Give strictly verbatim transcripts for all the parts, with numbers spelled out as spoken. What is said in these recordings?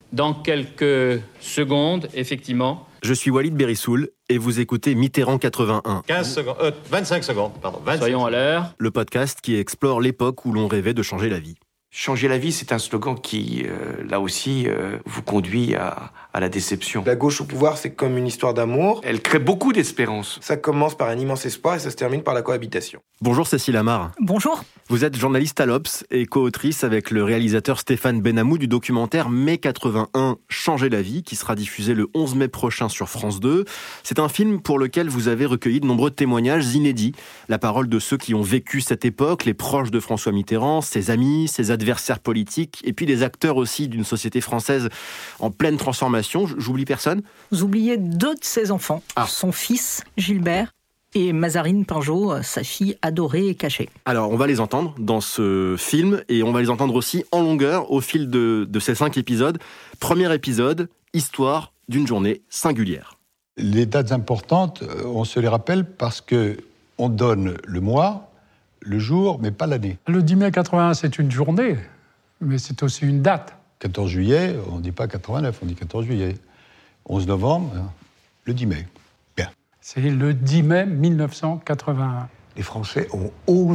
dans quelques secondes, effectivement. Je suis Walid Berissoul et vous écoutez Mitterrand quatre-vingt-un. quinze secondes, euh, vingt-cinq secondes, pardon. vingt-cinq Soyons à l'heure. Le podcast qui explore l'époque où l'on rêvait de changer la vie. Changer la vie, c'est un slogan qui, euh, là aussi, euh, vous conduit à, à la déception. La gauche au pouvoir, c'est comme une histoire d'amour. Elle crée beaucoup d'espérance. Ça commence par un immense espoir et ça se termine par la cohabitation. Bonjour Cécile Amar. Bonjour. Vous êtes journaliste à l'Obs et co-autrice avec le réalisateur Stéphane Benamou du documentaire Mai quatre-vingt-un, Changer la vie, qui sera diffusé le onze mai prochain sur France deux. C'est un film pour lequel vous avez recueilli de nombreux témoignages inédits. La parole de ceux qui ont vécu cette époque, les proches de François Mitterrand, ses amis, ses adversaires politiques, et puis des acteurs aussi d'une société française en pleine transformation. J'oublie personne ? Vous oubliez deux de ses enfants, ah. son fils Gilbert et Mazarine Pinjot, sa fille adorée et cachée. Alors, on va les entendre dans ce film et on va les entendre aussi en longueur au fil de, de ces cinq épisodes. Premier épisode, histoire d'une journée singulière. Les dates importantes, on se les rappelle parce qu'on donne le mois, le jour, mais pas l'année. Le dix mai quatre-vingt-un, c'est une journée, mais c'est aussi une date. quatorze juillet, on ne dit pas quatre-vingt-neuf, on dit quatorze juillet. onze novembre, le dix mai. Bien. C'est le dix mai mille neuf cent quatre-vingt-un. Les Français ont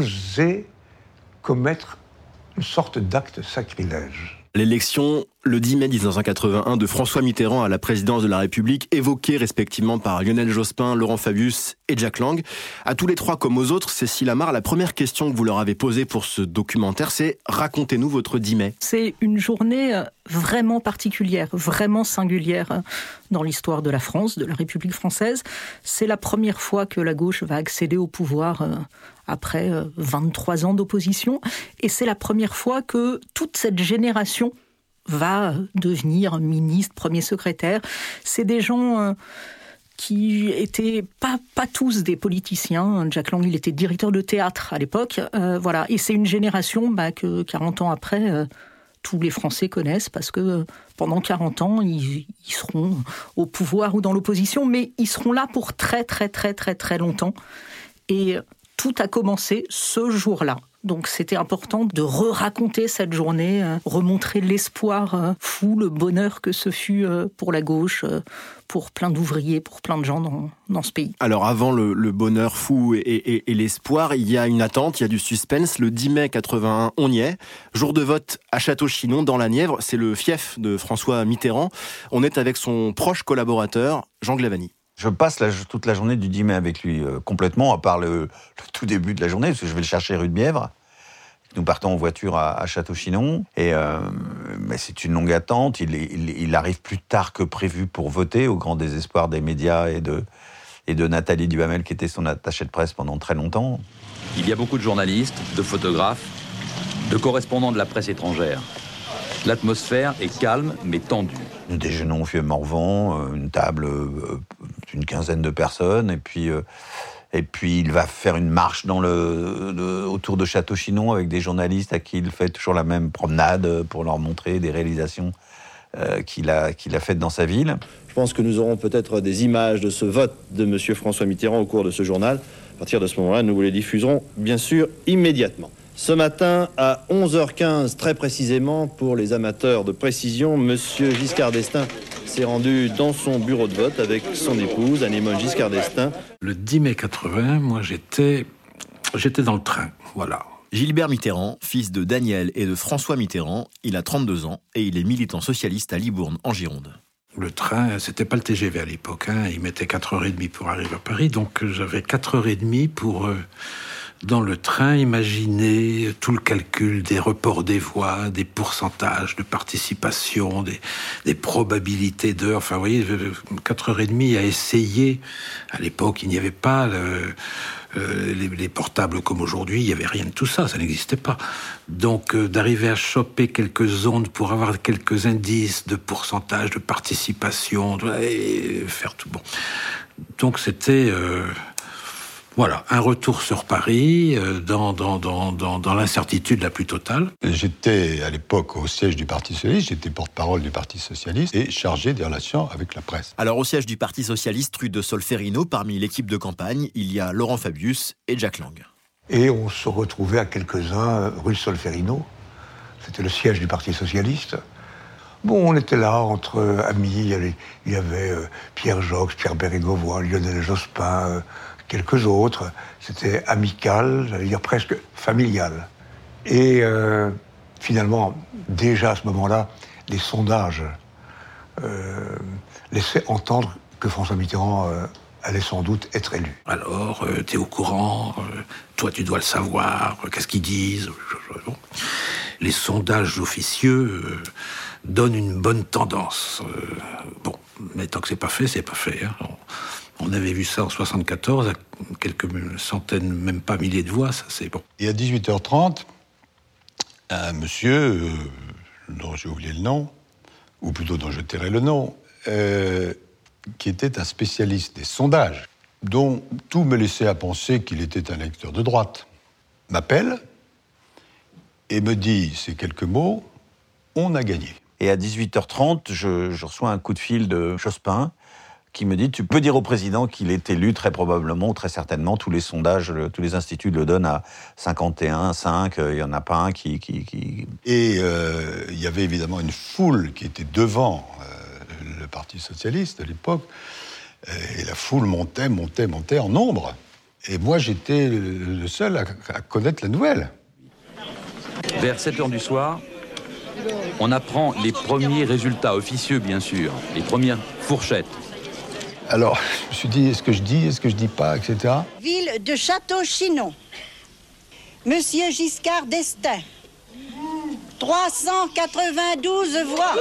osé commettre une sorte d'acte sacrilège. L'élection, le dix mai dix-neuf cent quatre-vingt-un, de François Mitterrand à la présidence de la République, évoquée respectivement par Lionel Jospin, Laurent Fabius et Jack Lang. À tous les trois comme aux autres, Cécile Amar, la première question que vous leur avez posée pour ce documentaire, c'est « Racontez-nous votre dix mai ». C'est une journée vraiment particulière, vraiment singulière dans l'histoire de la France, de la République française. C'est la première fois que la gauche va accéder au pouvoir après vingt-trois ans d'opposition. Et c'est la première fois que toute cette génération va devenir ministre, premier secrétaire. C'est des gens euh, qui étaient pas, pas tous des politiciens. Jack Lang, il était directeur de théâtre à l'époque. Euh, voilà. Et c'est une génération bah, que quarante ans après, euh, tous les Français connaissent parce que euh, pendant quarante ans, ils, ils seront au pouvoir ou dans l'opposition, mais ils seront là pour très, très, très, très, très longtemps. Et tout a commencé ce jour-là. Donc c'était important de re-raconter cette journée, euh, remontrer l'espoir euh, fou, le bonheur que ce fut euh, pour la gauche, euh, pour plein d'ouvriers, pour plein de gens dans, dans ce pays. Alors avant le, le bonheur fou et, et, et l'espoir, il y a une attente, il y a du suspense. Le dix mai quatre-vingt-un, on y est. Jour de vote à Château-Chinon, dans la Nièvre. C'est le fief de François Mitterrand. On est avec son proche collaborateur, Jean Glavany. Je passe la, toute la journée du dix mai avec lui, euh, complètement, à part le, le tout début de la journée, parce que je vais le chercher rue de Bièvre. Nous partons en voiture à, à Château-Chinon, et euh, mais c'est une longue attente. Il, il, il arrive plus tard que prévu pour voter, au grand désespoir des médias et de, et de Nathalie Dubamel, qui était son attachée de presse pendant très longtemps. Il y a beaucoup de journalistes, de photographes, de correspondants de la presse étrangère. L'atmosphère est calme, mais tendue. Nous déjeunons au Vieux Morvan, une table d'une quinzaine de personnes, et puis, et puis il va faire une marche dans le, le, autour de Château-Chinon avec des journalistes à qui il fait toujours la même promenade pour leur montrer des réalisations euh, qu'il a, qu'il a faites dans sa ville. Je pense que nous aurons peut-être des images de ce vote de M. François Mitterrand au cours de ce journal. À partir de ce moment-là, nous vous les diffuserons, bien sûr, immédiatement. Ce matin, à onze heures quinze, très précisément, pour les amateurs de précision, M. Giscard d'Estaing s'est rendu dans son bureau de vote avec son épouse, Anémone Giscard d'Estaing. Le dix mai quatre-vingt, moi, j'étais, j'étais dans le train, voilà. Gilbert Mitterrand, fils de Daniel et de François Mitterrand, il a trente-deux ans et il est militant socialiste à Libourne, en Gironde. Le train, c'était pas le T G V à l'époque, hein, il mettait quatre heures trente pour arriver à Paris, donc j'avais quatre heures trente pour... Euh, dans le train, imaginer tout le calcul des reports des voix, des pourcentages de participation, des, des probabilités d'heures. Enfin, vous voyez, quatre heures trente à essayer. À l'époque, il n'y avait pas le, euh, les, les portables comme aujourd'hui. Il n'y avait rien de tout ça, ça n'existait pas. Donc, euh, d'arriver à choper quelques ondes pour avoir quelques indices de pourcentage, de participation, de, et faire tout bon. Donc, c'était... Euh, Voilà, un retour sur Paris euh, dans, dans, dans, dans, dans l'incertitude la plus totale. J'étais à l'époque au siège du Parti Socialiste, j'étais porte-parole du Parti Socialiste et chargé des relations avec la presse. Alors au siège du Parti Socialiste, rue de Solferino, parmi l'équipe de campagne, il y a Laurent Fabius et Jack Lang. Et on se retrouvait à quelques-uns rue Solferino, c'était le siège du Parti Socialiste. Bon, on était là, entre euh, amis, il y avait, il y avait euh, Pierre Jox, Pierre Bérégovoy, Lionel Jospin, euh, quelques autres. C'était amical, j'allais dire presque familial. Et euh, finalement, déjà à ce moment-là, les sondages euh, laissaient entendre que François Mitterrand euh, allait sans doute être élu. Alors, euh, t'es au courant, euh, toi tu dois le savoir, euh, qu'est-ce qu'ils disent bon. Les sondages officieux euh, donnent une bonne tendance. Euh, bon, mais tant que c'est pas fait, c'est pas fait. Hein. On, on avait vu ça en soixante-quatorze, à quelques centaines, même pas milliers de voix, ça c'est bon. Et à dix-huit heures trente, un monsieur, euh, dont j'ai oublié le nom, ou plutôt dont je tairai le nom, euh, qui était un spécialiste des sondages, dont tout me laissait à penser qu'il était un lecteur de droite, m'appelle et me dit ces quelques mots, on a gagné. Et à dix-huit heures trente, je, je reçois un coup de fil de Jospin qui me dit, tu peux dire au président qu'il est élu très probablement, très certainement, tous les sondages, le, tous les instituts le donnent à cinquante et un, cinq, il n'y en a pas un qui... qui, qui... Et euh, il y avait évidemment une foule qui était devant euh, le Parti socialiste à l'époque, et la foule montait, montait, montait en nombre. Et moi, j'étais le seul à, à connaître la nouvelle. Vers sept heures du soir, on apprend les premiers résultats officieux, bien sûr, les premières fourchettes. Alors, je me suis dit, est-ce que je dis, est-ce que je dis pas, et cetera. Ville de Château-Chinon. Monsieur Giscard d'Estaing. trois cent quatre-vingt-douze voix.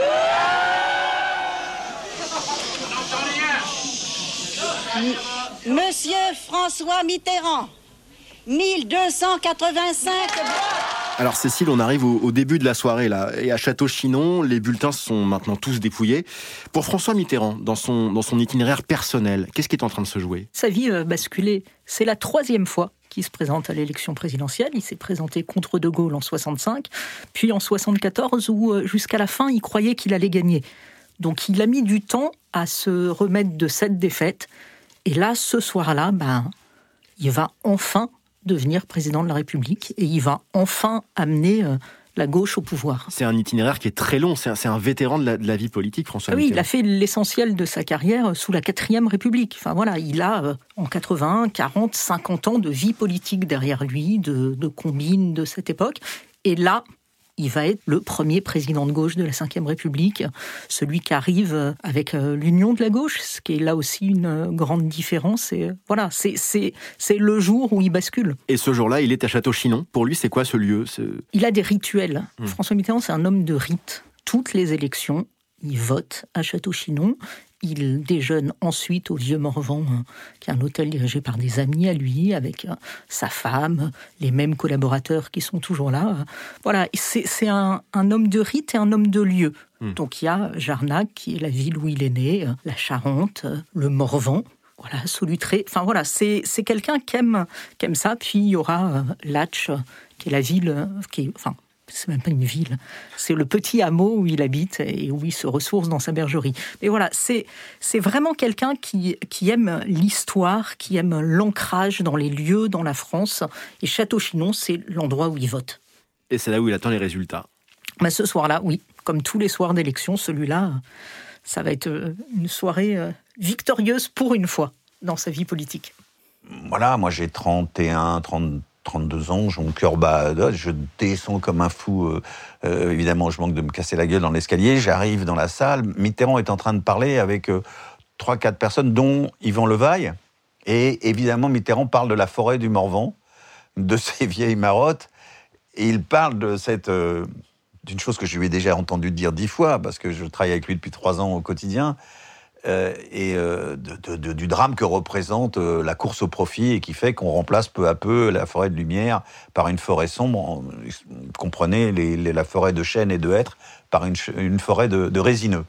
M- Monsieur François Mitterrand. mille deux cent quatre-vingt-cinq voix. Alors Cécile, on arrive au, au début de la soirée là, et à Château-Chinon, les bulletins sont maintenant tous dépouillés. Pour François Mitterrand, dans son, dans son itinéraire personnel, qu'est-ce qui est en train de se jouer ? Sa vie a basculé. C'est la troisième fois qu'il se présente à l'élection présidentielle. Il s'est présenté contre De Gaulle en soixante-cinq, puis en soixante-quatorze, où jusqu'à la fin, il croyait qu'il allait gagner. Donc il a mis du temps à se remettre de cette défaite. Et là, ce soir-là, ben, il va enfin devenir président de la République et il va enfin amener euh, la gauche au pouvoir. C'est un itinéraire qui est très long, c'est un, c'est un vétéran de la, de la vie politique, François ah oui, Mitterrand. Il a fait l'essentiel de sa carrière sous la quatrième République. Enfin voilà, il a euh, en quatre-vingts, quarante, cinquante ans de vie politique derrière lui, de, de combine de cette époque. Et là, il va être le premier président de gauche de la cinquième République, celui qui arrive avec l'union de la gauche, ce qui est là aussi une grande différence. Et voilà, c'est, c'est, c'est le jour où il bascule. Et ce jour-là, il est à Château-Chinon. Pour lui, c'est quoi ce lieu ce... Il a des rituels. Mmh. François Mitterrand, c'est un homme de rite. Toutes les élections, il vote à Château-Chinon. Il déjeune ensuite au Vieux-Morvan, qui est un hôtel dirigé par des amis à lui, avec sa femme, les mêmes collaborateurs qui sont toujours là. Voilà, c'est, c'est un, un homme de rite et un homme de lieu. Mmh. Donc il y a Jarnac, qui est la ville où il est né, la Charente, le Morvan, voilà, Solutré. Enfin voilà, c'est, c'est quelqu'un qui aime, qui aime ça. Puis il y aura Latch, qui est la ville, qui est, enfin, c'est même pas une ville, c'est le petit hameau où il habite et où il se ressource dans sa bergerie. Mais voilà, c'est, c'est vraiment quelqu'un qui, qui aime l'histoire, qui aime l'ancrage dans les lieux, dans la France. Et Château-Chinon, c'est l'endroit où il vote. Et c'est là où il attend les résultats. Ben, ce soir-là, oui, comme tous les soirs d'élection, celui-là, ça va être une soirée victorieuse pour une fois dans sa vie politique. Voilà, moi j'ai trente et un, trente trente-deux ans, j'ai mon cœur bat, je descends comme un fou, euh, euh, évidemment je manque de me casser la gueule dans l'escalier, j'arrive dans la salle, Mitterrand est en train de parler avec euh, trois quatre personnes, dont Yvan Levaille, et évidemment Mitterrand parle de la forêt du Morvan, de ces vieilles marottes, et il parle de cette, euh, d'une chose que je lui ai déjà entendu dire dix fois, parce que je travaille avec lui depuis trois ans au quotidien, Euh, et euh, de, de, de, du drame que représente euh, la course au profit et qui fait qu'on remplace peu à peu la forêt de lumière par une forêt sombre. Comprenez les, les, la forêt de chênes et de hêtres par une, une forêt de, de résineux.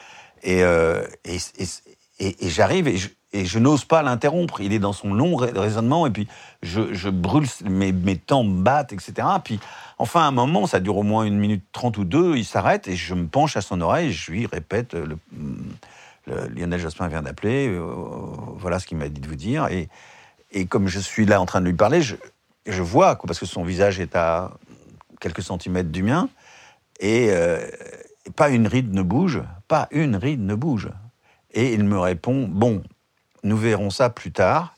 Et, euh, et, et, et, et j'arrive et je, et je n'ose pas l'interrompre. Il est dans son long raisonnement et puis je, je brûle, mes, mes temps me battent, et cetera. Puis enfin, à un moment, ça dure au moins une minute trente ou deux, il s'arrête et je me penche à son oreille et je lui répète le, le, Lionel Jospin vient d'appeler, euh, voilà ce qu'il m'a dit de vous dire. Et, et comme je suis là en train de lui parler, je, je vois, quoi, parce que son visage est à quelques centimètres du mien, et, euh, pas une ride ne bouge, pas une ride ne bouge. Et il me répond, bon, nous verrons ça plus tard.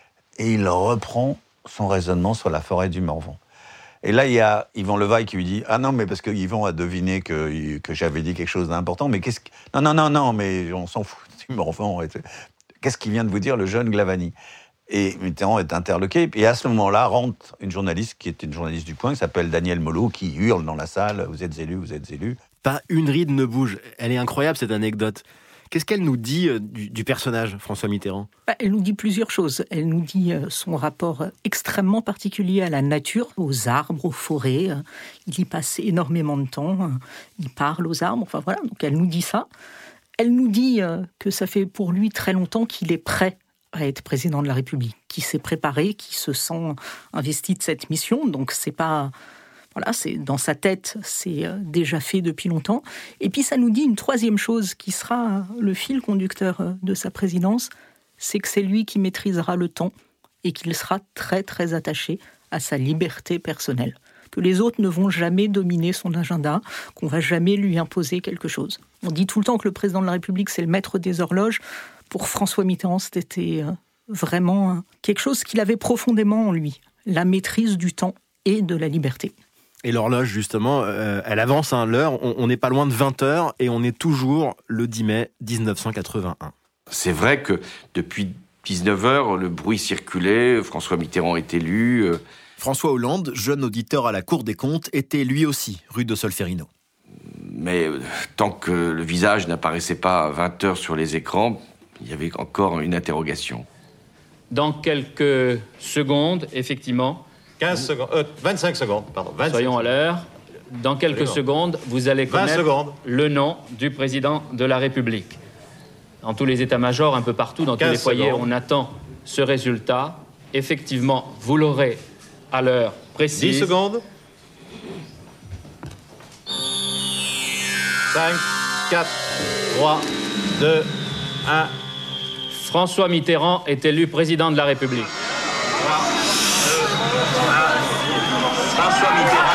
Et il reprend son raisonnement sur la forêt du Morvan. Et là, il y a Yvan Levaille qui lui dit « Ah non, mais parce que Yvan a deviné que, que j'avais dit quelque chose d'important, mais qu'est-ce que... Non, non, non, non, mais on s'en fout du Morvan. Qu'est-ce qu'il vient de vous dire, le jeune Glavany ?» Et Mitterrand est interloqué. Et à ce moment-là, rentre une journaliste qui est une journaliste du Point, qui s'appelle Danielle Molot, qui hurle dans la salle « Vous êtes élu, vous êtes élu. » Pas une ride ne bouge. Elle est incroyable, cette anecdote. Qu'est-ce qu'elle nous dit euh, du, du personnage, François Mitterrand ? Elle nous dit plusieurs choses. Elle nous dit euh, son rapport extrêmement particulier à la nature, aux arbres, aux forêts. Euh, il y passe énormément de temps. Euh, il parle aux arbres. Enfin voilà, donc elle nous dit ça. Elle nous dit euh, que ça fait pour lui très longtemps qu'il est prêt à être président de la République, qu'il s'est préparé, qu'il se sent investi de cette mission. Donc c'est pas... Voilà, c'est dans sa tête, c'est déjà fait depuis longtemps. Et puis ça nous dit une troisième chose qui sera le fil conducteur de sa présidence, c'est que c'est lui qui maîtrisera le temps et qu'il sera très très attaché à sa liberté personnelle. Que les autres ne vont jamais dominer son agenda, qu'on va jamais lui imposer quelque chose. On dit tout le temps que le président de la République, c'est le maître des horloges. Pour François Mitterrand, c'était vraiment quelque chose qu'il avait profondément en lui, la maîtrise du temps et de la liberté. Et l'horloge, justement, euh, elle avance, hein, l'heure. On n'est pas loin de vingt heures et on est toujours le dix mai dix-neuf cent quatre-vingt-un. C'est vrai que depuis dix-neuf heures, le bruit circulait, François Mitterrand est élu. Euh... François Hollande, jeune auditeur à la Cour des comptes, était lui aussi rue de Solferino. Mais euh, tant que le visage n'apparaissait pas à vingt heures sur les écrans, il y avait encore une interrogation. Dans quelques secondes, effectivement... quinze secondes, euh, vingt-cinq secondes, pardon. vingt-cinq Soyons à l'heure. Dans quelques Absolument. secondes, vous allez connaître le nom du président de la République. Dans tous les états-majors, un peu partout, dans tous les foyers, secondes. On attend ce résultat. Effectivement, vous l'aurez à l'heure précise. dix secondes. cinq, quatre, trois, deux, un. François Mitterrand est élu président de la République. François Mitterrand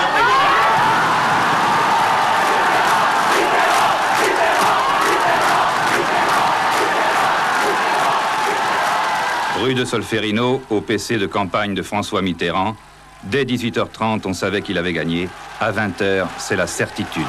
est... Rue de Solferino, au P C de campagne de François Mitterrand. Dès dix-huit heures trente, on savait qu'il avait gagné. À vingt heures, c'est la certitude.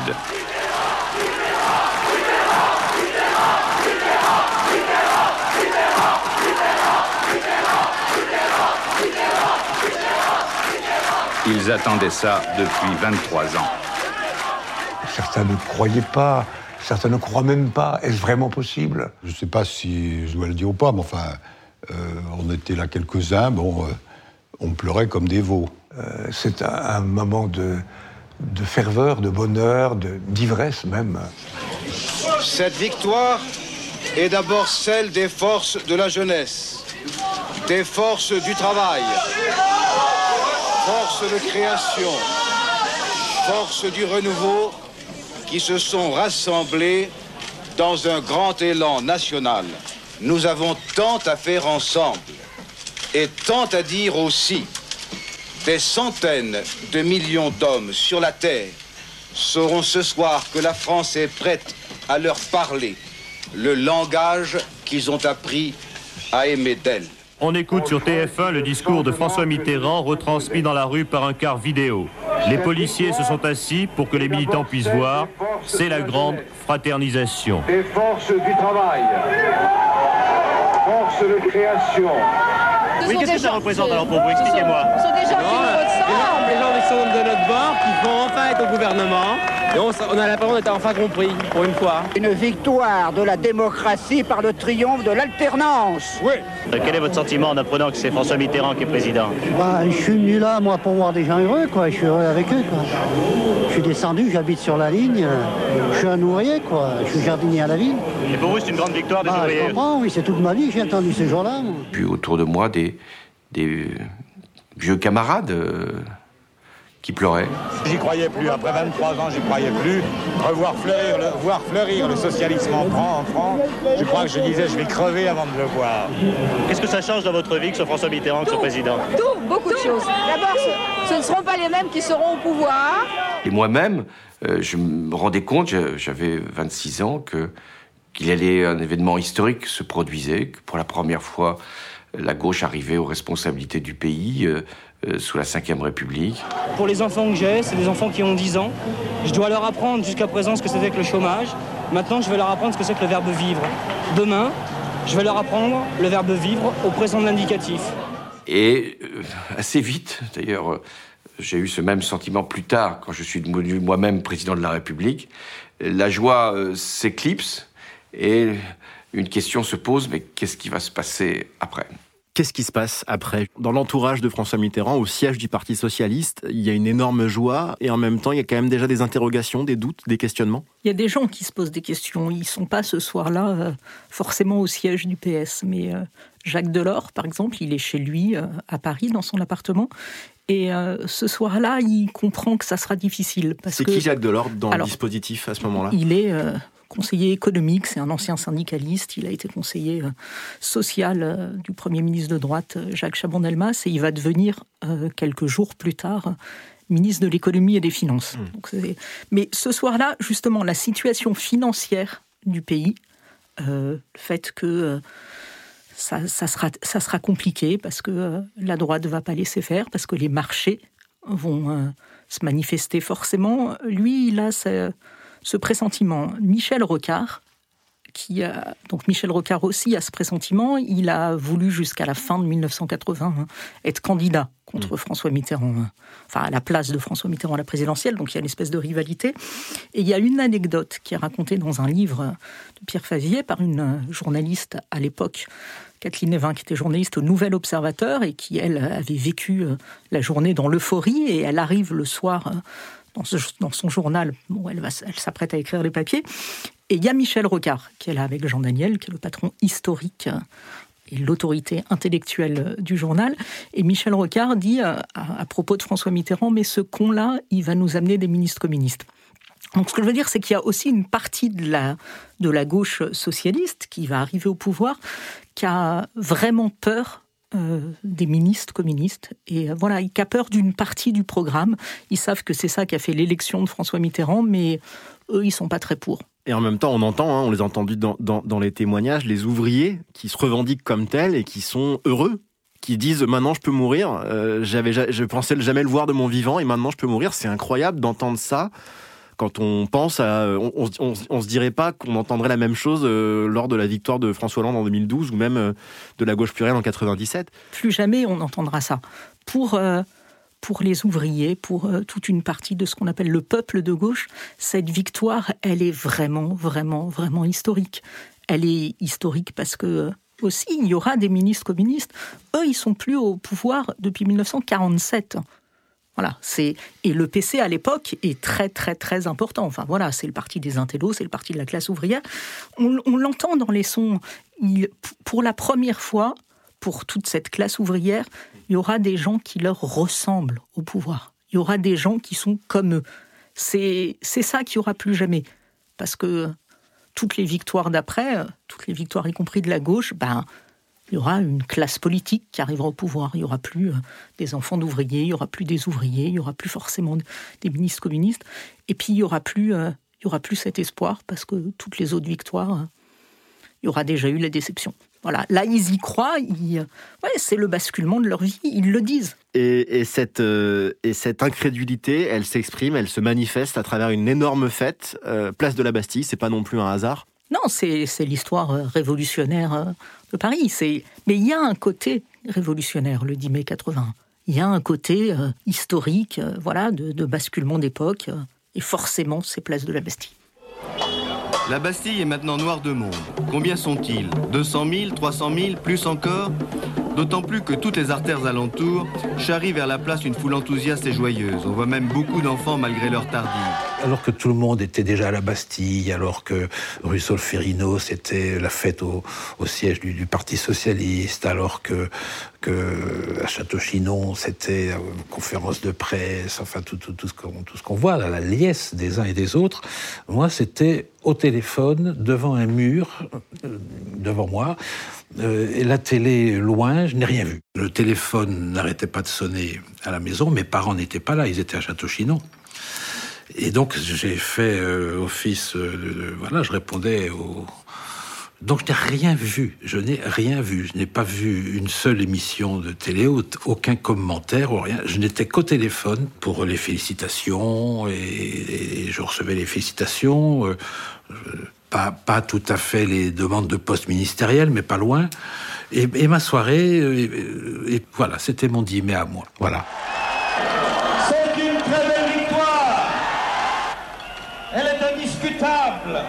Ils attendaient ça depuis vingt-trois ans. Certains ne croyaient pas, certains ne croient même pas. Est-ce vraiment possible ? Je ne sais pas si je dois le dire ou pas, mais enfin, euh, on était là quelques-uns, bon, euh, on pleurait comme des veaux. Euh, c'est un, un moment de, de ferveur, de bonheur, de, d'ivresse même. Cette victoire est d'abord celle des forces de la jeunesse, des forces du travail, forces de création, forces du renouveau qui se sont rassemblées dans un grand élan national. Nous avons tant à faire ensemble et tant à dire aussi. Des centaines de millions d'hommes sur la terre sauront ce soir que la France est prête à leur parler le langage qu'ils ont appris à aimer d'elle. On écoute sur T F un le discours de François Mitterrand retransmis dans la rue par un car vidéo. Les policiers se sont assis pour que les militants puissent voir. C'est la grande fraternisation. Des forces du travail, forces de création. Oui, qu'est-ce que ça représente alors pour vous? Expliquez-moi. Ce sont des gens qui nous votent ça. Les gens qui sont de notre bord, qui vont enfin être au gouvernement. Et on, on a l'impression d'être enfin compris, pour une fois. Une victoire de la démocratie par le triomphe de l'alternance. Oui. Quel est votre sentiment en apprenant que c'est François Mitterrand qui est président? Bah, je suis venu là, moi, pour voir des gens heureux, quoi. Je suis heureux avec eux, quoi. Je suis descendu, j'habite sur la ligne. Je suis un ouvrier, quoi. Je suis jardinier à la ville. Et pour vous, c'est une grande victoire des bah, ouvriers? Je comprends, oui, c'est toute ma vie que j'ai entendu ce jour-là. Puis autour de moi, des, des vieux camarades euh, qui pleuraient. J'y croyais plus. Après vingt-trois ans, j'y croyais plus. Revoir fleurir le, voir fleurir le socialisme en France, je crois que je disais, je vais crever avant de le voir. Qu'est-ce que ça change dans votre vie que ce François Mitterrand, que ce président? Tout, beaucoup de choses. D'abord, ce, ce ne seront pas les mêmes qui seront au pouvoir. Et moi-même, euh, je me rendais compte, j'avais vingt-six ans, que, qu'il allait un événement historique se produisait, que pour la première fois, la gauche arrivait aux responsabilités du pays, euh, euh, sous la cinquième République. Pour les enfants que j'ai, c'est des enfants qui ont dix ans. Je dois leur apprendre jusqu'à présent ce que c'était que le chômage. Maintenant, je vais leur apprendre ce que c'est que le verbe vivre. Demain, je vais leur apprendre le verbe vivre au présent de l'indicatif. Et euh, assez vite, d'ailleurs, euh, j'ai eu ce même sentiment plus tard, quand je suis devenu moi-même président de la République. La joie euh, s'éclipse et une question se pose, mais qu'est-ce qui va se passer après ? Qu'est-ce qui se passe après ? Dans l'entourage de François Mitterrand, au siège du Parti socialiste, il y a une énorme joie et en même temps, il y a quand même déjà des interrogations, des doutes, des questionnements. Il y a des gens qui se posent des questions. Ils ne sont pas ce soir-là euh, forcément au siège du P S. Mais euh, Jacques Delors, par exemple, il est chez lui euh, à Paris, dans son appartement. Et euh, ce soir-là, il comprend que ça sera difficile. Parce c'est que... qui Jacques Delors dans Alors, le dispositif à ce moment-là ? Il est... Euh, conseiller économique, c'est un ancien syndicaliste, il a été conseiller euh, social euh, du Premier ministre de droite, euh, Jacques Chaban-Delmas, et il va devenir, euh, quelques jours plus tard, euh, ministre de l'économie et des finances. Mmh. Donc, c'est... Mais ce soir-là, justement, la situation financière du pays, euh, le fait que euh, ça, ça, sera, ça sera compliqué, parce que euh, la droite ne va pas laisser faire, parce que les marchés vont euh, se manifester forcément. Lui, il a... Ça, ce pressentiment. Michel Rocard, qui a, donc Michel Rocard aussi a ce pressentiment, il a voulu jusqu'à la fin de dix-neuf cent quatre-vingts hein, être candidat contre mmh. François Mitterrand, hein, enfin à la place de François Mitterrand à la présidentielle, donc il y a une espèce de rivalité. Et il y a une anecdote qui est racontée dans un livre de Pierre Favier par une journaliste à l'époque, Kathleen Evin, qui était journaliste au Nouvel Observateur et qui, elle, avait vécu la journée dans l'euphorie, et elle arrive le soir... Dans, ce, dans son journal, bon, elle, va, elle s'apprête à écrire les papiers, et il y a Michel Rocard, qui est là avec Jean Daniel, qui est le patron historique et l'autorité intellectuelle du journal, et Michel Rocard dit à, à, à propos de François Mitterrand, mais ce con-là, il va nous amener des ministres communistes. Donc ce que je veux dire, c'est qu'il y a aussi une partie de la, de la gauche socialiste qui va arriver au pouvoir, qui a vraiment peur Euh, des ministres communistes, et euh, voilà, il a peur d'une partie du programme. Ils savent que c'est ça qui a fait l'élection de François Mitterrand, mais eux, ils sont pas très pour. Et en même temps, on entend, hein, on les a entendus dans, dans, dans les témoignages, les ouvriers qui se revendiquent comme tels et qui sont heureux, qui disent maintenant je peux mourir. Euh, j'avais, je pensais jamais le voir de mon vivant et maintenant je peux mourir. C'est incroyable d'entendre ça. Quand on pense à... On, on, on, on se dirait pas qu'on entendrait la même chose euh, lors de la victoire de François Hollande en deux mille douze ou même euh, de la gauche plurielle en quatre-vingt-dix-sept. Plus jamais on entendra ça. Pour, euh, pour les ouvriers, pour euh, toute une partie de ce qu'on appelle le peuple de gauche, cette victoire, elle est vraiment, vraiment, vraiment historique. Elle est historique parce que... Euh, aussi, il y aura des ministres communistes. Eux, ils sont plus au pouvoir depuis dix-neuf cent quarante-sept. Voilà, c'est... Et le P C, à l'époque, est très, très, très important. Enfin, voilà, c'est le parti des intellos, c'est le parti de la classe ouvrière. On, on l'entend dans les sons. Il, pour la première fois, pour toute cette classe ouvrière, il y aura des gens qui leur ressemblent au pouvoir. Il y aura des gens qui sont comme eux. C'est, c'est ça qu'il n'y aura plus jamais. Parce que toutes les victoires d'après, toutes les victoires y compris de la gauche, ben... il y aura une classe politique qui arrivera au pouvoir. Il n'y aura plus des enfants d'ouvriers, il n'y aura plus des ouvriers, il n'y aura plus forcément des ministres communistes. Et puis, il n'y aura plus, il y aura plus cet espoir, parce que toutes les autres victoires, il y aura déjà eu la déception. Voilà. Là, ils y croient, ils... ouais, c'est le basculement de leur vie, ils le disent. Et, et, cette, euh, et cette incrédulité, elle s'exprime, elle se manifeste à travers une énorme fête, euh, place de la Bastille, c'est pas non plus un hasard. Non, c'est, c'est l'histoire révolutionnaire de Paris. C'est... Mais il y a un côté révolutionnaire, le dix mai quatre-vingt-un. Il y a un côté euh, historique, euh, voilà, de, de basculement d'époque. Euh, et forcément, c'est place de la Bastille. La Bastille est maintenant noire de monde. Combien sont-ils ? deux cent mille, trois cent mille, plus encore ? D'autant plus que toutes les artères alentours charrient vers la place une foule enthousiaste et joyeuse. On voit même beaucoup d'enfants malgré leur tardive. Alors que tout le monde était déjà à la Bastille, alors que rue Solferino, c'était la fête au, au siège du, du Parti Socialiste, alors que, que à Château-Chinon, c'était une conférence de presse, enfin tout, tout, tout, ce qu'on, tout ce qu'on voit, là, la liesse des uns et des autres. Moi, c'était au téléphone, devant un mur, euh, devant moi, euh, et la télé loin, je n'ai rien vu. Le téléphone n'arrêtait pas de sonner à la maison, mes parents n'étaient pas là, ils étaient à Château-Chinon. Et donc, j'ai fait euh, office... Euh, de, de, voilà, je répondais aux... Donc, je n'ai rien vu. Je n'ai rien vu. Je n'ai pas vu une seule émission de télé, aucun commentaire, ou rien. Je n'étais qu'au téléphone pour les félicitations, et, et je recevais les félicitations. Euh, pas, pas tout à fait les demandes de poste ministériel, mais pas loin. Et, et ma soirée, et, et voilà, c'était mon dix mai à moi. Voilà. C'est une très belle victoire. Elle est indiscutable.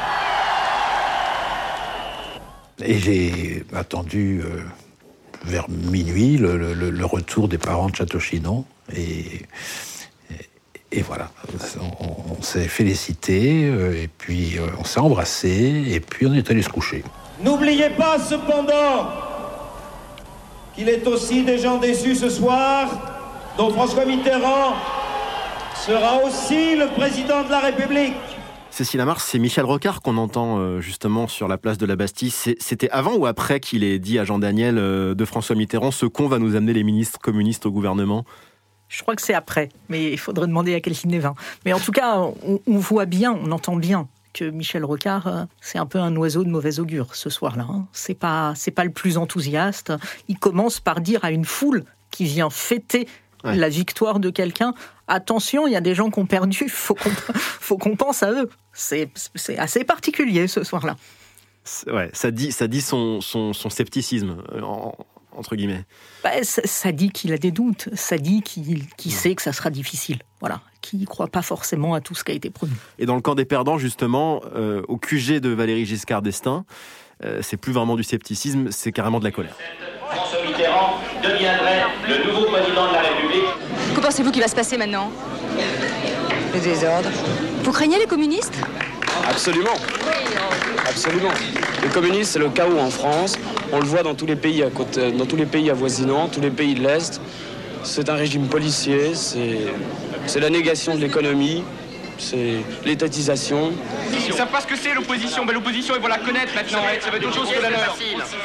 Et j'ai attendu euh, vers minuit le, le, le retour des parents de Château-Chinon. Et, et, et voilà, on, on s'est félicité, euh, et puis euh, on s'est embrassé, et puis on est allé se coucher. N'oubliez pas cependant qu'il est aussi des gens déçus ce soir, dont François Mitterrand sera aussi le président de la République. Cécile Amar, c'est Michel Rocard qu'on entend euh, justement sur la place de la Bastille. C'est, c'était avant ou après qu'il ait dit à Jean Daniel euh, de François Mitterrand, ce con va nous amener les ministres communistes au gouvernement? Je crois que c'est après, mais il faudrait demander à Delphine Névin. Mais en tout cas, on, on voit bien, on entend bien que Michel Rocard, euh, c'est un peu un oiseau de mauvais augure ce soir-là. Hein. C'est pas, c'est pas le plus enthousiaste. Il commence par dire à une foule qui vient fêter ouais. la victoire de quelqu'un, attention, il y a des gens qui ont perdu, il faut qu'on, faut qu'on pense à eux. C'est, c'est assez particulier ce soir-là. Ouais, ça dit, ça dit son, son, son scepticisme, en, entre guillemets. Bah, ça, ça dit qu'il a des doutes, ça dit qu'il, qu'il sait que ça sera difficile, voilà, qu'il ne croit pas forcément à tout ce qui a été promis. Et dans le camp des perdants, justement, euh, au Q G de Valéry Giscard d'Estaing, euh, c'est plus vraiment du scepticisme, c'est carrément de la colère. François Mitterrand deviendrait le nouveau président de la République. Que pensez-vous qu'il va se passer maintenant? Le désordre. Vous craignez les communistes? Absolument. Absolument. Les communistes, c'est le chaos en France. On le voit dans tous les pays à côté, dans tous les pays avoisinants, tous les pays de l'Est. C'est un régime policier, c'est, c'est la négation de l'économie, c'est l'étatisation. Ils ne savent pas ce que c'est l'opposition. Ben, l'opposition, ils vont la connaître maintenant. Ça va être, ça va être autre chose que la leur.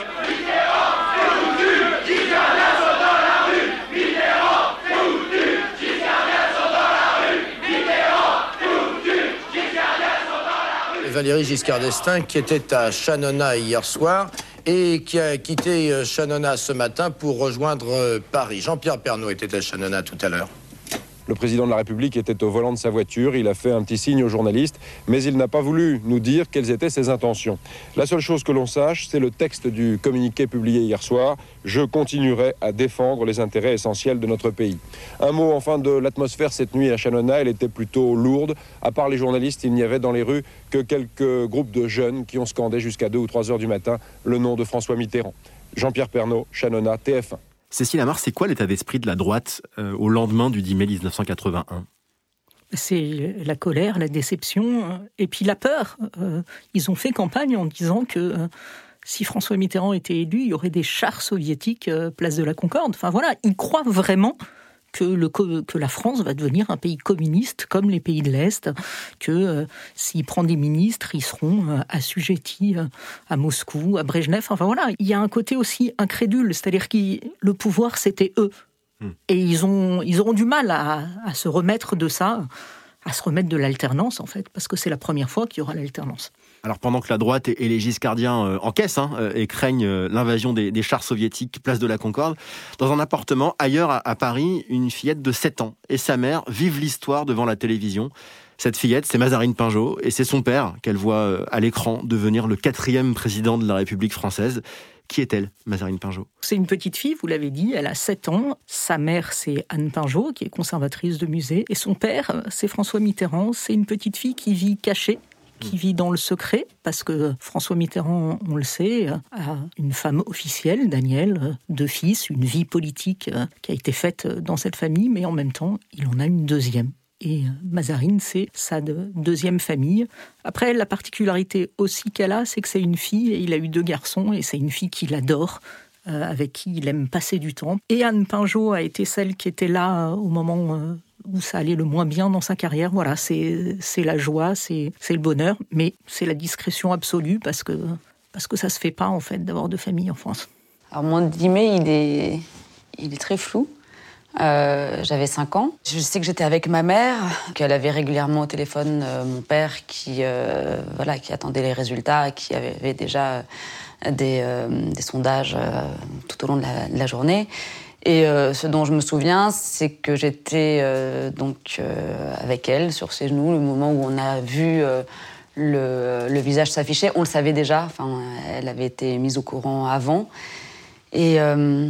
Valéry Giscard d'Estaing qui était à Channona hier soir et qui a quitté Channona ce matin pour rejoindre Paris. Jean-Pierre Pernaut était à Channona tout à l'heure. Le président de la République était au volant de sa voiture, il a fait un petit signe aux journalistes, mais il n'a pas voulu nous dire quelles étaient ses intentions. La seule chose que l'on sache, c'est le texte du communiqué publié hier soir. Je continuerai à défendre les intérêts essentiels de notre pays. Un mot enfin de l'atmosphère cette nuit à Channona, elle était plutôt lourde. À part les journalistes, il n'y avait dans les rues que quelques groupes de jeunes qui ont scandé jusqu'à deux ou trois heures du matin le nom de François Mitterrand. Jean-Pierre Pernaut, Channona, T F un. Cécile Amar, c'est quoi l'état d'esprit de la droite euh, au lendemain du dix mai dix-neuf cent quatre-vingt-un? C'est la colère, la déception, et puis la peur. Euh, ils ont fait campagne en disant que euh, si François Mitterrand était élu, il y aurait des chars soviétiques euh, place de la Concorde. Enfin voilà, ils croient vraiment que, le, que la France va devenir un pays communiste comme les pays de l'Est, que euh, s'il prend des ministres, ils seront euh, assujettis euh, à Moscou, à Brejnev. Enfin voilà, il y a un côté aussi incrédule, c'est-à-dire que le pouvoir, c'était eux. Mmh. Et ils, ont, ils auront du mal à, à se remettre de ça, à se remettre de l'alternance, en fait, parce que c'est la première fois qu'il y aura l'alternance. Alors pendant que la droite et les giscardiens euh, encaissent hein, euh, et craignent euh, l'invasion des, des chars soviétiques place de la Concorde, dans un appartement ailleurs à, à Paris, une fillette de sept ans et sa mère vivent l'histoire devant la télévision. Cette fillette, c'est Mazarine Pinjot et c'est son père qu'elle voit euh, à l'écran devenir le quatrième président de la République française. Qui est-elle, Mazarine Pinjot? C'est une petite fille, vous l'avez dit, elle a sept ans. Sa mère, c'est Anne Pinjot, qui est conservatrice de musée. Et son père, c'est François Mitterrand. C'est une petite fille qui vit cachée, qui vit dans le secret, parce que François Mitterrand, on le sait, a une femme officielle, Danielle, deux fils, une vie politique qui a été faite dans cette famille, mais en même temps, il en a une deuxième. Et Mazarine, c'est sa deuxième famille. Après, la particularité aussi qu'elle a, c'est que c'est une fille, et il a eu deux garçons, et c'est une fille qu'il adore, euh, avec qui il aime passer du temps. Et Anne Pinjot a été celle qui était là au moment euh, où ça allait le moins bien dans sa carrière. Voilà, c'est, c'est la joie, c'est, c'est le bonheur, mais c'est la discrétion absolue, parce que, parce que ça se fait pas, en fait, d'avoir deux familles en France. Alors, mon dix mai, il est, il est très flou. Euh, j'avais cinq ans. Je sais que j'étais avec ma mère, qu'elle avait régulièrement au téléphone euh, mon père qui, euh, voilà, qui attendait les résultats, qui avait déjà des, euh, des sondages euh, tout au long de la, de la journée. Et euh, ce dont je me souviens, c'est que j'étais euh, donc euh, avec elle sur ses genoux, le moment où on a vu euh, le, le visage s'afficher. On le savait déjà, enfin, elle avait été mise au courant avant. Et... Euh,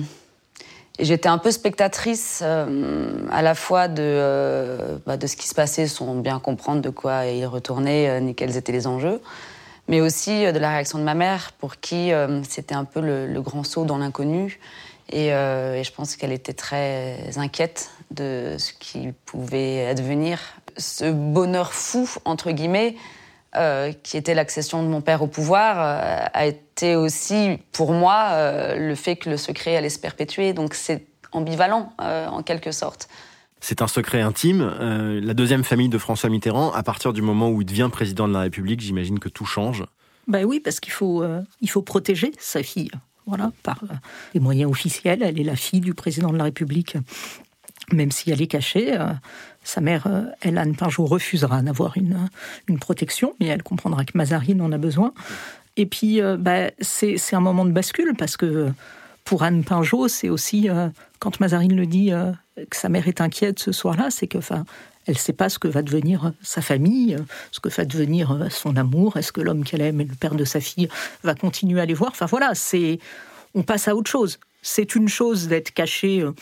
Et j'étais un peu spectatrice euh, à la fois de, euh, bah, de ce qui se passait, sans bien comprendre de quoi il retournait, euh, ni quels étaient les enjeux, mais aussi euh, de la réaction de ma mère, pour qui euh, c'était un peu le, le grand saut dans l'inconnu. Et, euh, et je pense qu'elle était très inquiète de ce qui pouvait advenir. Ce bonheur fou, entre guillemets, Euh, qui était l'accession de mon père au pouvoir, euh, a été aussi, pour moi, euh, le fait que le secret allait se perpétuer. Donc c'est ambivalent, euh, en quelque sorte. C'est un secret intime. Euh, la deuxième famille de François Mitterrand, à partir du moment où il devient président de la République, j'imagine que tout change. Ben oui, parce qu'il faut, euh, il faut protéger sa fille. Voilà, par euh, les moyens officiels. Elle est la fille du président de la République, même si elle est cachée. Euh, Sa mère, elle, Anne Pinjot, refusera d'avoir une, une protection, mais elle comprendra que Mazarine en a besoin. Et puis, euh, bah, c'est, c'est un moment de bascule, parce que pour Anne Pinjot, c'est aussi, euh, quand Mazarine le dit, euh, que sa mère est inquiète ce soir-là, c'est que, enfin, elle ne sait pas ce que va devenir sa famille, ce que va devenir son amour. Est-ce que l'homme qu'elle aime, le père de sa fille, va continuer à les voir? Enfin voilà, c'est, on passe à autre chose. C'est une chose d'être caché euh,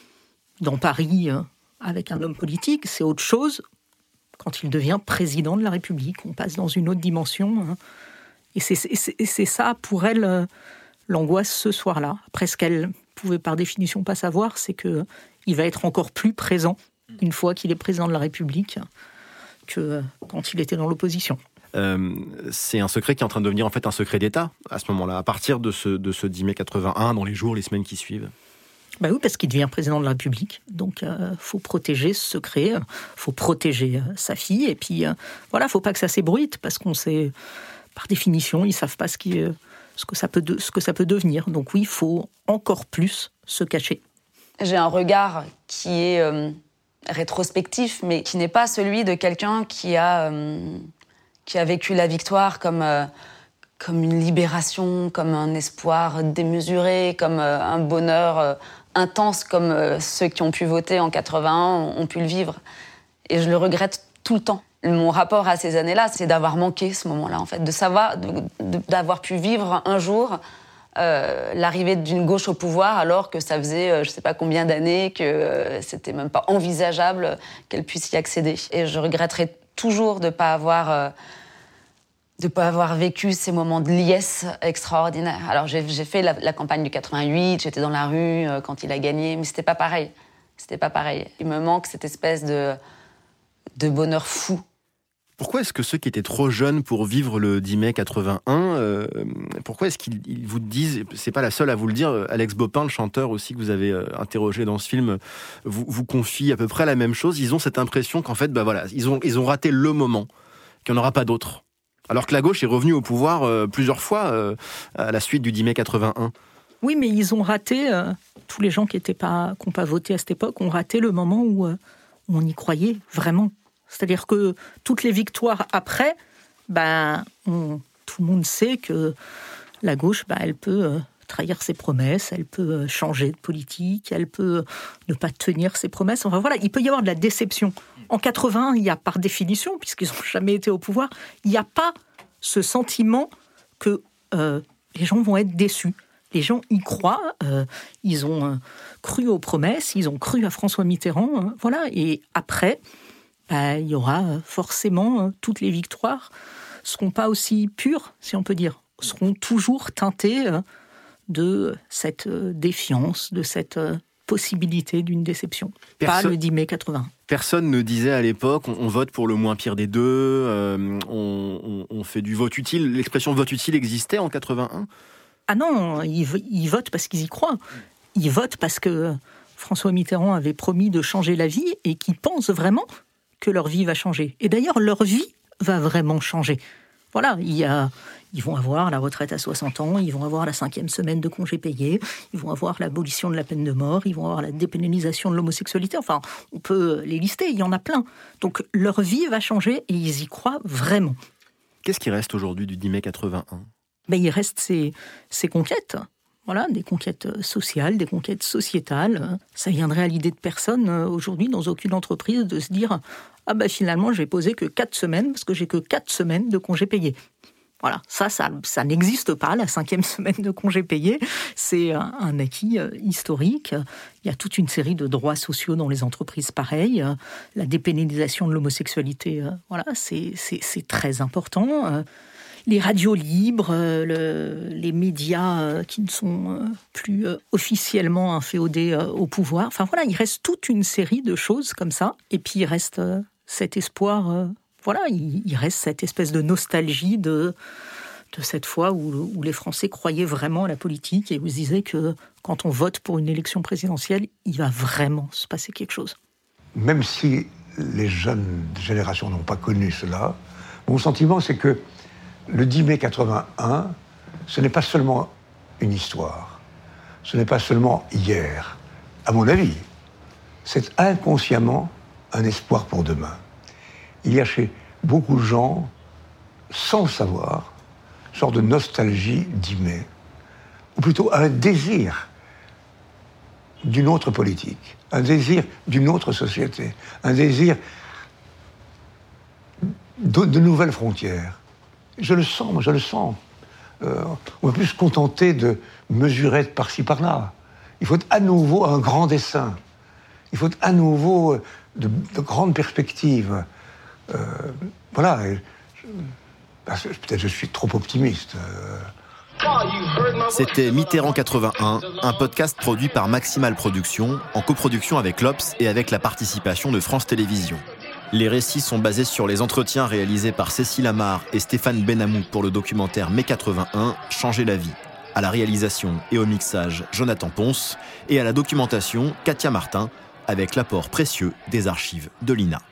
dans Paris, euh, avec un homme politique, c'est autre chose quand il devient président de la République. On passe dans une autre dimension. Hein. Et c'est, c'est, c'est ça, pour elle, euh, l'angoisse ce soir-là. Après, ce qu'elle pouvait par définition pas savoir, c'est qu'il va être encore plus présent une fois qu'il est président de la République que euh, quand il était dans l'opposition. Euh, c'est un secret qui est en train de devenir en fait un secret d'État à ce moment-là, à partir de ce, de ce dix mai quatre-vingt-un, dans les jours, les semaines qui suivent. Bah oui, parce qu'il devient président de la République. Donc, il euh, faut protéger ce secret, il faut protéger euh, sa fille. Et puis, euh, voilà, il ne faut pas que ça s'ébruite, parce qu'on sait, par définition, ils ne savent pas ce, qui, euh, ce, que ça peut de, ce que ça peut devenir. Donc oui, il faut encore plus se cacher. J'ai un regard qui est euh, rétrospectif, mais qui n'est pas celui de quelqu'un qui a, euh, qui a vécu la victoire comme... Euh, comme une libération, comme un espoir démesuré, comme euh, un bonheur euh, intense, comme euh, ceux qui ont pu voter en quatre-vingt-un ont, ont pu le vivre. Et je le regrette tout le temps. Mon rapport à ces années-là, c'est d'avoir manqué ce moment-là, en fait, de savoir, de, de, d'avoir pu vivre un jour euh, l'arrivée d'une gauche au pouvoir, alors que ça faisait euh, je ne sais pas combien d'années que euh, c'était même pas envisageable qu'elle puisse y accéder. Et je regretterai toujours de ne pas avoir... Euh, de ne pas avoir vécu ces moments de liesse extraordinaires. Alors, j'ai, j'ai fait la, la campagne du quatre-vingt-huit, j'étais dans la rue euh, quand il a gagné, mais c'était pas pareil. C'était pas pareil. Il me manque cette espèce de, de bonheur fou. Pourquoi est-ce que ceux qui étaient trop jeunes pour vivre le dix mai quatre-vingt-un, euh, pourquoi est-ce qu'ils ils vous disent, c'est pas la seule à vous le dire, Alex Bopin, le chanteur aussi que vous avez euh, interrogé dans ce film, vous, vous confie à peu près la même chose. Ils ont cette impression qu'en fait, bah voilà, ils ont, ils ont raté le moment, qu'il n'y en aura pas d'autre. Alors que la gauche est revenue au pouvoir euh, plusieurs fois euh, à la suite du dix mai quatre-vingt-un. Oui, mais ils ont raté, euh, tous les gens qui n'ont pas, qui pas voté à cette époque, ont raté le moment où, euh, où on y croyait vraiment. C'est-à-dire que toutes les victoires après, ben, on, tout le monde sait que la gauche, ben, elle peut euh, trahir ses promesses, elle peut changer de politique, elle peut ne pas tenir ses promesses. Enfin voilà, il peut y avoir de la déception. En quatre-vingt, il y a par définition, puisqu'ils n'ont jamais été au pouvoir, il n'y a pas ce sentiment que euh, les gens vont être déçus. Les gens y croient, euh, ils ont euh, cru aux promesses, ils ont cru à François Mitterrand, hein, voilà. Et après, bah, il y aura forcément euh, toutes les victoires seront pas aussi pures, si on peut dire, seront toujours teintées euh, de cette euh, défiance, de cette euh, possibilité d'une déception. Perso- pas le dix mai quatre-vingt. Personne ne disait à l'époque, on, on vote pour le moins pire des deux, euh, on, on, on fait du vote utile. L'expression vote utile existait en quatre-vingt-un ? Ah non, ils, ils votent parce qu'ils y croient. Ils votent parce que François Mitterrand avait promis de changer la vie et qu'ils pensent vraiment que leur vie va changer. Et d'ailleurs, leur vie va vraiment changer. Voilà, il y a, ils vont avoir la retraite à soixante ans, ils vont avoir la cinquième semaine de congé payé, ils vont avoir l'abolition de la peine de mort, ils vont avoir la dépénalisation de l'homosexualité. Enfin, on peut les lister, il y en a plein. Donc leur vie va changer et ils y croient vraiment. Qu'est-ce qui reste aujourd'hui du dix mai quatre-vingt-un ? Ben, il reste ces, ces conquêtes. Voilà, des conquêtes sociales, des conquêtes sociétales. Ça viendrait à l'idée de personne aujourd'hui dans aucune entreprise de se dire « Ah ben finalement, je vais poser que quatre semaines parce que j'ai que quatre semaines de congés payés. » Voilà, ça, ça, ça n'existe pas, la cinquième semaine de congés payés. C'est un, un acquis historique. Il y a toute une série de droits sociaux dans les entreprises pareilles. La dépénalisation de l'homosexualité, voilà, c'est, c'est, c'est très important. Les radios libres, le, les médias qui ne sont plus officiellement inféodés au pouvoir. Enfin voilà, il reste toute une série de choses comme ça. Et puis il reste cet espoir, voilà, il, il reste cette espèce de nostalgie de, de cette fois où, où les Français croyaient vraiment à la politique et où ils disaient que quand on vote pour une élection présidentielle, il va vraiment se passer quelque chose. Même si les jeunes générations n'ont pas connu cela, mon sentiment c'est que le dix mai quatre-vingt-un, ce n'est pas seulement une histoire, ce n'est pas seulement hier. À mon avis, c'est inconsciemment un espoir pour demain. Il y a chez beaucoup de gens, sans le savoir, une sorte de nostalgie dix mai, ou plutôt un désir d'une autre politique, un désir d'une autre société, un désir de, de nouvelles frontières. Je le sens, moi je le sens. Euh, on ne peut plus se contenter de mesurettes par-ci par-là. Il faut à nouveau un grand dessin. Il faut à nouveau de, de grandes perspectives. Euh, voilà. Et je, peut-être je suis trop optimiste. Euh... C'était Mitterrand quatre-vingt-un, un podcast produit par Maximal Productions, en coproduction avec l'Obs et avec la participation de France Télévisions. Les récits sont basés sur les entretiens réalisés par Cécile Amar et Stéphane Benamou pour le documentaire Mai quatre-vingt-un, Changer la vie. À la réalisation et au mixage, Jonathan Ponce, et à la documentation, Katia Martin, avec l'apport précieux des archives de l'I N A.